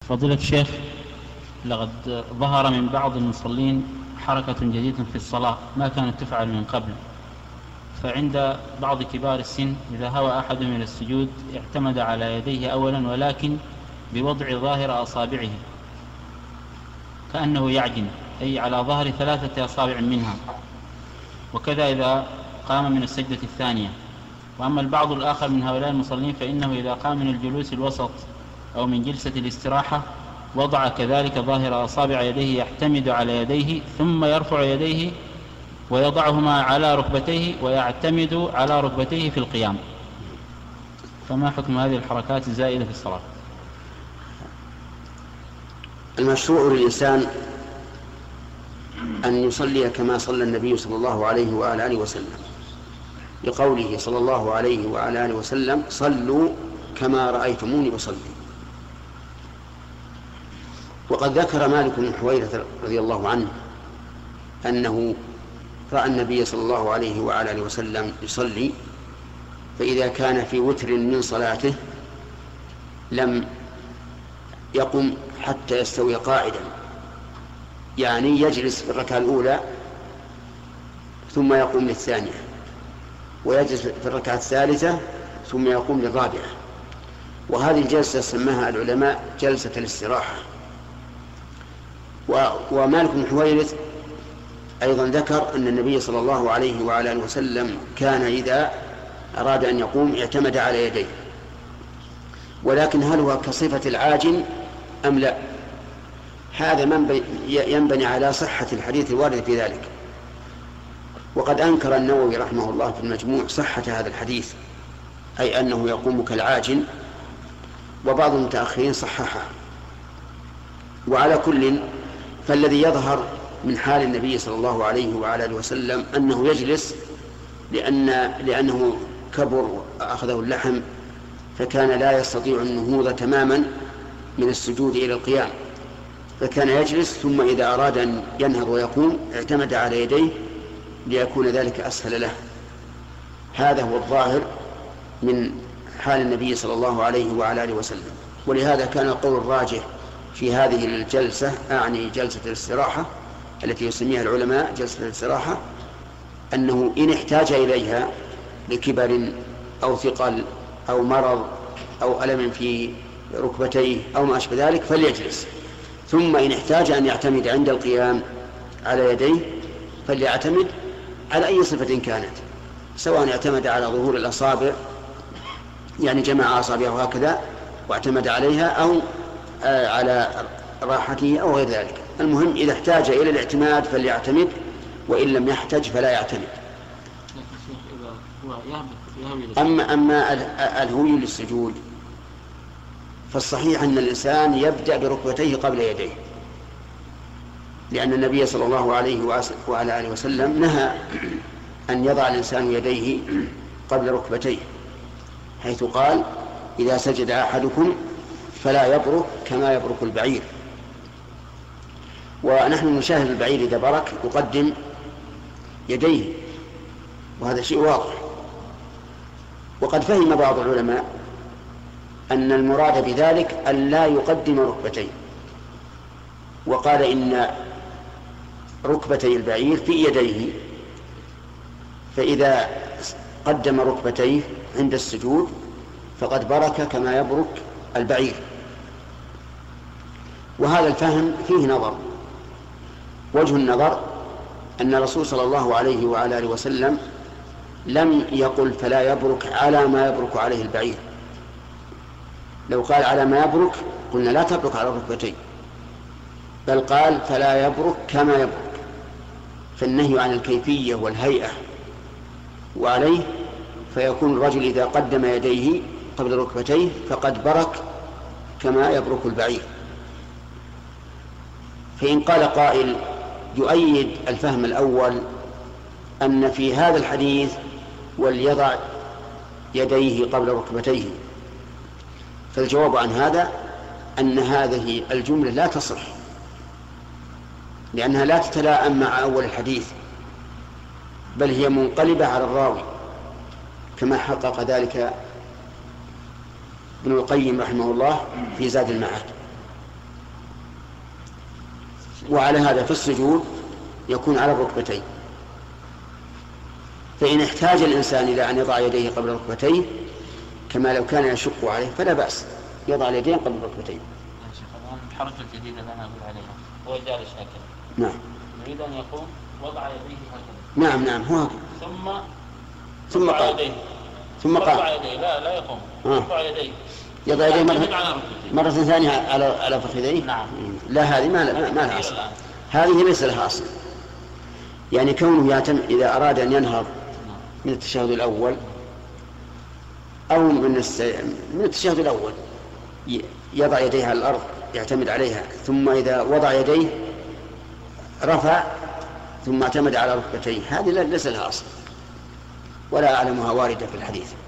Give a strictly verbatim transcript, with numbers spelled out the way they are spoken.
فضيلة الشيخ، لقد ظهر من بعض المصلين حركة جديدة في الصلاة ما كانت تفعل من قبل، فعند بعض كبار السن إذا هوى أحدهم إلى السجود اعتمد على يديه أولا ولكن بوضع ظاهر أصابعه كأنه يعجن، أي على ظهر ثلاثة أصابع منها، وكذا إذا قام من السجدة الثانية. وأما البعض الآخر من هؤلاء المصلين فإنه إذا قام من الجلوس الوسط أو من جلسة الاستراحة وضع كذلك ظاهر أصابع يديه يعتمد على يديه ثم يرفع يديه ويضعهما على ركبتيه ويعتمد على ركبتيه في القيام، فما حكم هذه الحركات الزائدة في الصلاة؟ المشروع للإنسان أن يصلي كما صلى النبي صلى الله عليه وعلى آله وسلم، لقوله صلى الله عليه وعلى آله وسلم: صلوا كما رأيتموني أصلي. وقد ذكر مالك بن حويرث رضي الله عنه أنه رأى النبي صلى الله عليه وعلى آله وسلم يصلي، فإذا كان في وتر من صلاته لم يقم حتى يستوي قاعدا، يعني يجلس في الركعة الأولى ثم يقوم للثانية، ويجلس في الركعة الثالثة ثم يقوم للرابعة. وهذه الجلسة سماها العلماء جلسة الاستراحة. ومالك بن حويرث أيضا ذكر أن النبي صلى الله عليه وعلى آله وسلم كان إذا أراد أن يقوم اعتمد على يديه، ولكن هل هو كصفة العاجن أم لا؟ هذا ينبني على صحة الحديث الوارد في ذلك. وقد أنكر النووي رحمه الله في المجموع صحة هذا الحديث، أي أنه يقوم كالعاجن، وبعض المتأخرين صححه. وعلى كل فالذي يظهر من حال النبي صلى الله عليه وعلى آله وسلم أنه يجلس لأن لأنه كبر أخذه اللحم، فكان لا يستطيع النهوض تماما من السجود إلى القيام، فكان يجلس ثم إذا أراد أن ينهض ويقوم اعتمد على يديه ليكون ذلك أسهل له. هذا هو الظاهر من حال النبي صلى الله عليه وعلى آله وسلم. ولهذا كان القول الراجح في هذه الجلسة، أعني جلسة الاستراحة التي يسميها العلماء جلسة الاستراحة، أنه إن احتاج إليها لكبر أو ثقل أو مرض أو ألم في ركبتيه أو ما أشبه ذلك فليجلس، ثم إن احتاج أن يعتمد عند القيام على يديه فليعتمد على أي صفة كانت، سواء اعتمد على ظهور الأصابع يعني جمع أصابعه هكذا واعتمد عليها، أو على راحته أو غير ذلك. المهم إذا احتاج إلى الاعتماد فليعتمد، وإن لم يحتج فلا يعتمد. أما, أما الهوي للسجود فالصحيح أن الإنسان يبدأ بركبتيه قبل يديه، لأن النبي صلى الله عليه وعلى آله وسلم نهى أن يضع الإنسان يديه قبل ركبتيه، حيث قال: إذا سجد أحدكم فلا يبرك كما يبرك البعير. ونحن نشاهد البعير إذا برك يقدم يديه، وهذا شيء واضح. وقد فهم بعض العلماء أن المراد بذلك أن لا يقدم ركبتيه، وقال إن ركبتي البعير في يديه، فإذا قدم ركبتيه عند السجود فقد برك كما يبرك البعير. وهذا الفهم فيه نظر. وجه النظر أن الرسول صلى الله عليه وعلى آله وسلم لم يقل فلا يبرك على ما يبرك عليه البعير. لو قال على ما يبرك قلنا لا تبرك على الركبتين، بل قال فلا يبرك كما يبرك، فالنهي عن الكيفية والهيئة، وعليه فيكون الرجل إذا قدم يديه قبل ركبتيه فقد برك كما يبرك البعير. فإن قال قائل يؤيد الفهم الأول أن في هذا الحديث وليضع يديه قبل ركبتيه، فالجواب عن هذا أن هذه الجملة لا تصح، لأنها لا تتلائم مع أول الحديث، بل هي منقلبة على الراوي، كما حقق ذلك ابن القيم رحمه الله في زاد المعاد. وعلى هذا في السجود يكون على الركبتين. فإن احتاج الإنسان إلى أن يضع يديه قبل ركبتيه كما لو كان يشق عليه فلا بأس، يضع اليدين قبل الركبتين. يا شيخ الآن الحركة الجديدة اللي أنا أقول عليها هو جالس هكذا. نعم. يريد أن يقوم وضع يديه هكذا. نعم نعم هو هكذا. ثم ثم قام. ثم قام. لا لا يقوم. يضع يديه. يضع يديه مرة, مرة ثانية على على فخذيه. نعم. لا هذه ما ما, ما لها أصل. هذه ليس لها أصل. يعني كونه يتم إذا أراد أن ينهض من التشهد الأول أو من الس... من التشهد الأول يضع يديه على الأرض يعتمد عليها، ثم إذا وضع يديه رفع ثم اعتمد على ركبتيه، هذه ليس لها أصل ولا أعلمها واردة في الحديث.